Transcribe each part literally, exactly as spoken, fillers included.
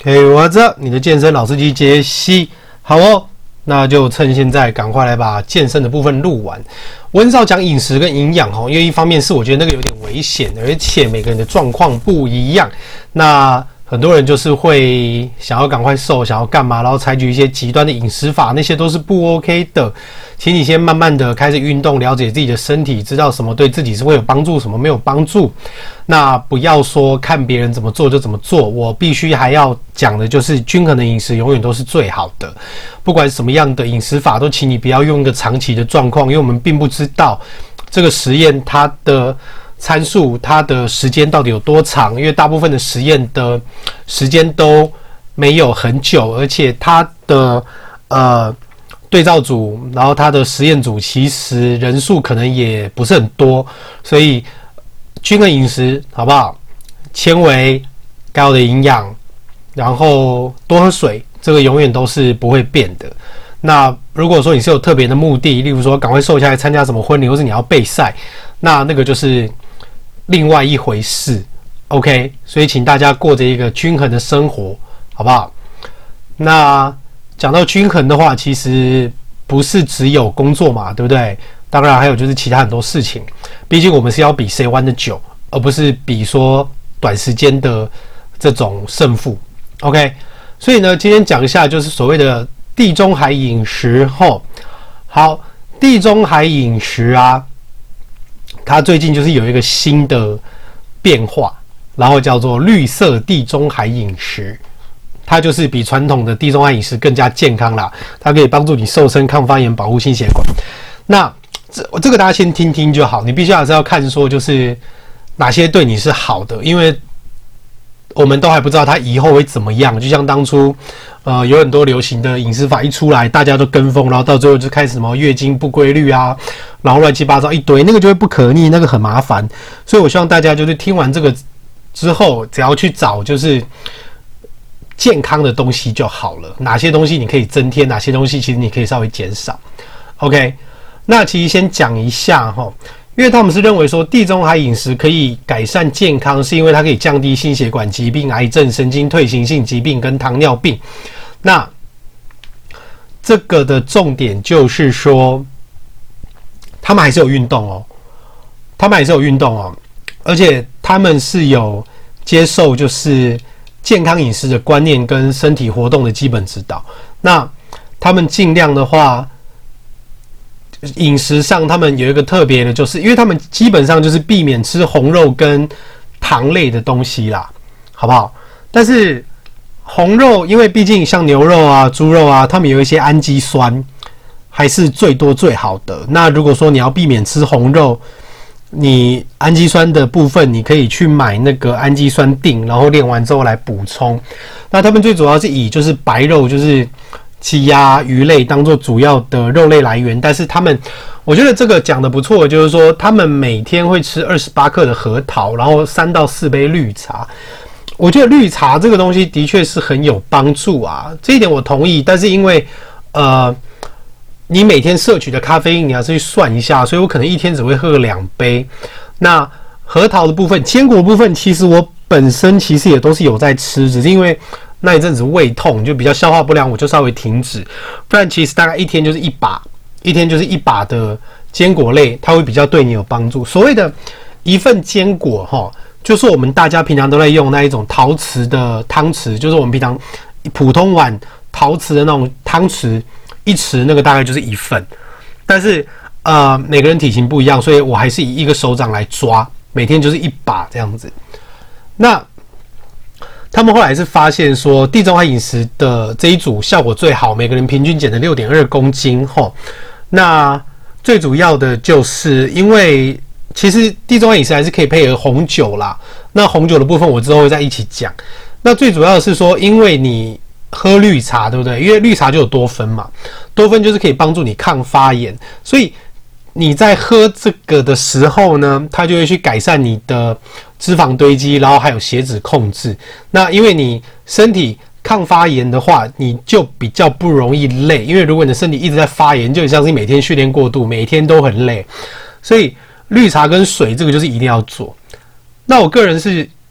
OK， 我这你的健身老司机杰西，好哦，那就趁现在赶快来把健身的部分录完。我很少讲饮食跟营养哈，因为一方面是我觉得那个有点危险，而且每个人的状况不一样。那很多人就是会想要赶快瘦，想要干嘛，然后采取一些极端的饮食法，那些都是不 OK 的。请你先慢慢的开始运动，了解自己的身体，知道什么对自己是会有帮助，什么没有帮助。那不要说看别人怎么做就怎么做，我必须还要讲的就是均衡的饮食永远都是最好的。不管什么样的饮食法，都请你不要用一个长期的状况，因为我们并不知道这个实验它的参数，它的时间到底有多长，因为大部分的实验的时间都没有很久，而且它的呃对照组，然后它的实验组其实人数可能也不是很多，所以均衡饮食好不好？纤维、该有的营养，然后多喝水，这个永远都是不会变的。那如果说你是有特别的目的，例如说赶快瘦下来参加什么婚礼，或是你要备赛，那那个就是另外一回事 ，OK？ 所以请大家过着一个均衡的生活，好不好？那讲到均衡的话，其实不是只有工作嘛，对不对？当然还有就是其他很多事情，毕竟我们是要比谁玩的久，而不是比说短时间的这种胜负 ，OK？ 所以呢，今天讲一下就是所谓的地中海饮食吼。好，地中海饮食啊，它最近就是有一个新的变化，然后叫做绿色地中海饮食。它就是比传统的地中海饮食更加健康啦，它可以帮助你瘦身、抗发炎、保护心血管。那这这个大家先听听就好，你必须还是要看说就是哪些对你是好的，因为我们都还不知道它以后会怎么样。就像当初呃有很多流行的饮食法一出来，大家都跟风，然后到最后就开始什么月经不规律啊，然后乱七八糟一堆，那个就会不可逆，那个很麻烦。所以我希望大家就是听完这个之后，只要去找就是健康的东西就好了，哪些东西你可以增添，哪些东西其实你可以稍微减少。OK， 那其实先讲一下齁，因为他们是认为说地中海饮食可以改善健康，是因为它可以降低心血管疾病、癌症、神经退行性疾病跟糖尿病。那这个的重点就是说，他们还是有运动哦，他们还是有运动哦，而且他们是有接受就是健康饮食的观念跟身体活动的基本指导。那他们尽量的话，饮食上他们有一个特别的，就是因为他们基本上就是避免吃红肉跟糖类的东西啦，好不好？但是红肉，因为毕竟像牛肉啊、猪肉啊，他们有一些氨基酸还是最多最好的。那如果说你要避免吃红肉，你氨基酸的部分，你可以去买那个氨基酸锭，然后练完之后来补充。那他们最主要是以就是白肉，就是鸡鸭鱼类当做主要的肉类来源。但是他们，我觉得这个讲的不错，就是说他们每天会吃二十八克的核桃，然后三到四杯绿茶。我觉得绿茶这个东西的确是很有帮助啊，这一点我同意。但是因为呃。你每天摄取的咖啡因，你还是去算一下，所以我可能一天只会喝两杯。那核桃的部分、坚果的部分，其实我本身其实也都是有在吃，只是因为那一阵子胃痛，就比较消化不良，我就稍微停止。不然其实大概一天就是一把，一天就是一把的坚果类，它会比较对你有帮助。所谓的一份坚果齁，就是我们大家平常都在用那一种陶瓷的汤匙，就是我们平常普通碗陶瓷的那种汤匙。一匙那个大概就是一份，但是呃每个人体型不一样，所以我还是以一个手掌来抓，每天就是一把这样子。那他们后来是发现说，地中海饮食的这一组效果最好，每个人平均减了 六点二公斤齁。那最主要的就是因为其实地中海饮食还是可以配合红酒啦，那红酒的部分我之后会再一起讲。那最主要的是说，因为你喝绿茶，对不对？因为绿茶就有多酚嘛，多酚就是可以帮助你抗发炎，所以你在喝这个的时候呢，它就会去改善你的脂肪堆积，然后还有血脂控制。那因为你身体抗发炎的话，你就比较不容易累，因为如果你的身体一直在发炎，就很像是你每天训练过度，每天都很累。所以绿茶跟水这个就是一定要做。那我个人是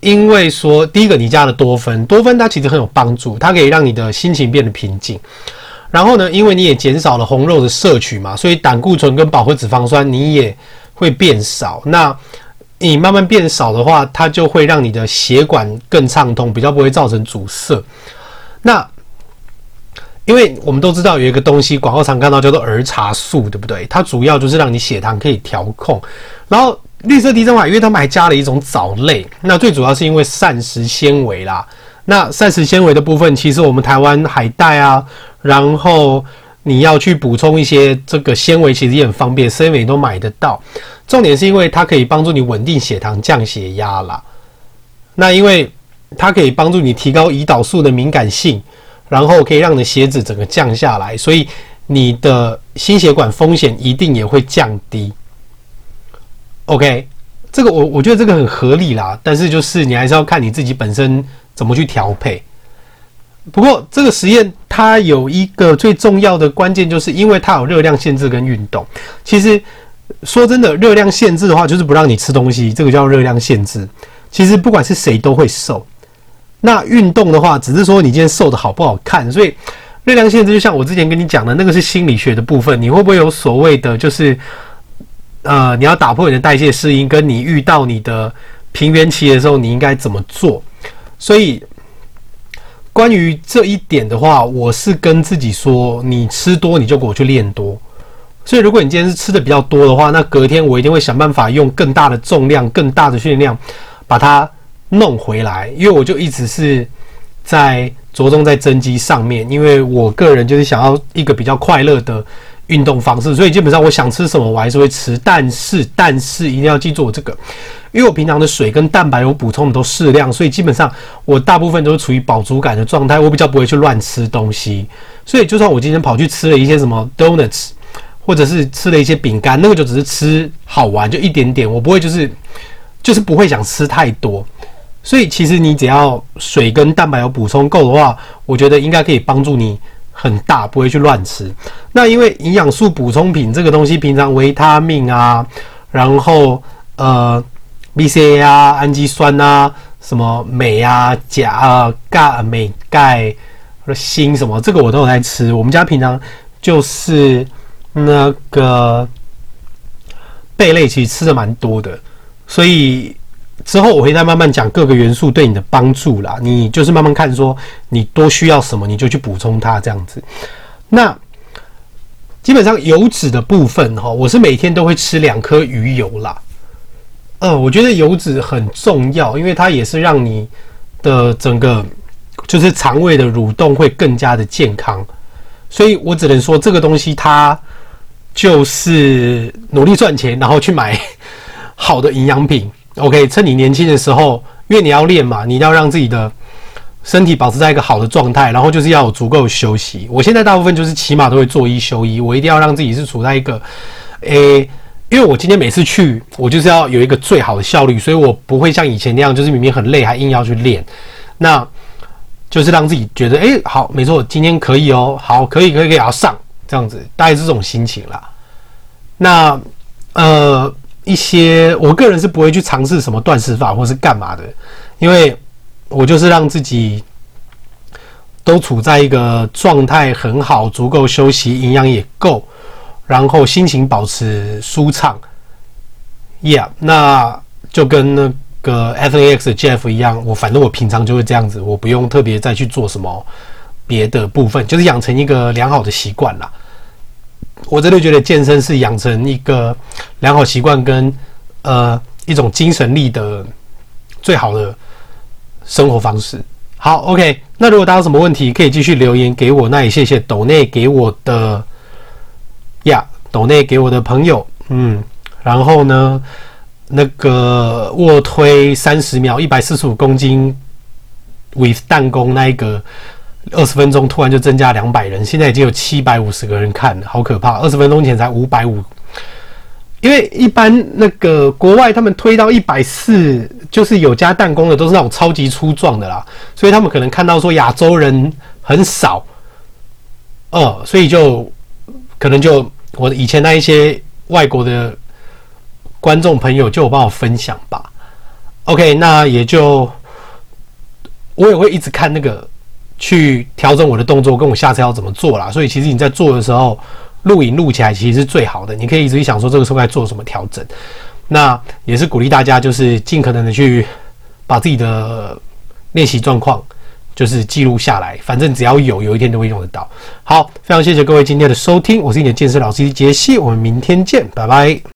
因为说第一个你加了多酚，多酚它其实很有帮助，它可以让你的心情变得平静。然后呢，因为你也减少了红肉的摄取嘛，所以胆固醇跟饱和脂肪酸你也会变少。那你慢慢变少的话，它就会让你的血管更畅通，比较不会造成阻塞。那因为我们都知道有一个东西广告常看到叫做儿茶素，对不对？它主要就是让你血糖可以调控。然后绿色地中海，因为他们还加了一种藻类，那最主要是因为膳食纤维啦。那膳食纤维的部分，其实我们台湾海带啊，然后你要去补充一些这个纤维，其实也很方便 ，seven 也都买得到。重点是因为它可以帮助你稳定血糖、降血压啦。那因为它可以帮助你提高胰岛素的敏感性，然后可以让你的血脂整个降下来，所以你的心血管风险一定也会降低。OK， 这个我我觉得这个很合理啦，但是就是你还是要看你自己本身怎么去调配。不过这个实验它有一个最重要的关键，就是因为它有热量限制跟运动。其实说真的，热量限制的话就是不让你吃东西，这个叫热量限制。其实不管是谁都会瘦。那运动的话，只是说你今天瘦的好不好看，所以热量限制就像我之前跟你讲的那个是心理学的部分，你会不会有所谓的就是呃，你要打破你的代谢适应，跟你遇到你的平原期的时候，你应该怎么做？所以关于这一点的话，我是跟自己说，你吃多你就给我去练多。所以如果你今天是吃的比较多的话，那隔天我一定会想办法用更大的重量、更大的训练量把它弄回来，因为我就一直是在着重在增肌上面，因为我个人就是想要一个比较快乐的运动方式，所以基本上我想吃什么我还是会吃，但是但是一定要记住我这个，因为我平常的水跟蛋白我补充的都适量，所以基本上我大部分都是处于饱足感的状态，我比较不会去乱吃东西，所以就算我今天跑去吃了一些什么 donuts， 或者是吃了一些饼干，那个就只是吃好玩，就一点点，我不会就是就是不会想吃太多。所以其实你只要水跟蛋白有补充够的话，我觉得应该可以帮助你很大，不会去乱吃。那因为营养素补充品这个东西，平常维他命啊，然后呃 B C A 啊、氨基酸啊、什么镁啊、钾啊、钙、镁、钙、锌什么，这个我都有在吃。我们家平常就是那个贝类，其实吃的蛮多的，所以之后我会再慢慢讲各个元素对你的帮助啦，你就是慢慢看说你多需要什么，你就去补充它这样子。那基本上油脂的部分哈，我是每天都会吃两颗鱼油啦。呃，我觉得油脂很重要，因为它也是让你的整个就是肠胃的蠕动会更加的健康，所以我只能说这个东西它就是努力赚钱，然后去买好的营养品。OK， 趁你年轻的时候，因为你要练嘛，你要让自己的身体保持在一个好的状态，然后就是要有足够的休息。我现在大部分就是起码都会做一休一，我一定要让自己是处在一个，诶，因为我今天每次去，我就是要有一个最好的效率，所以我不会像以前那样，就是明明很累还硬要去练，那就是让自己觉得，诶，好，没错，今天可以哦，好，可以，可以，可以，要上这样子，大概是这种心情啦。那呃。一些我个人是不会去尝试什么断食法或是干嘛的，因为我就是让自己都处在一个状态很好，足够休息，营养也够，然后心情保持舒畅。Yeah， 那就跟那个 F A X 的 Jeff 一样，我反正我平常就会这样子，我不用特别再去做什么别的部分，就是养成一个良好的习惯啦。我真的觉得健身是养成一个良好习惯跟呃一种精神力的最好的生活方式。好 ，OK， 那如果大家有什么问题，可以继续留言给我。那也谢谢斗内给我的呀，斗内给我的朋友，嗯，然后呢，那个卧推三十秒，一百四十五公斤 with 弹弓那一个。二十分钟突然就增加两百人，现在已经有七百五十个人看了，好可怕！二十分钟前才五百五十，因为一般那个国外他们推到一百四十，就是有加弹弓的都是那种超级粗壮的啦，所以他们可能看到说亚洲人很少，呃，所以就可能就我以前那一些外国的观众朋友就有帮我分享吧。 OK， 那也就我也会一直看那个去调整我的动作，跟我下次要怎么做啦。所以其实你在做的时候，录影录起来其实是最好的。你可以一直想说这个时候该做什么调整。那也是鼓励大家，就是尽可能的去把自己的练习状况就是记录下来，反正只要有，有一天都会用得到。好，非常谢谢各位今天的收听，我是你的健身老师杰西，我们明天见，拜拜。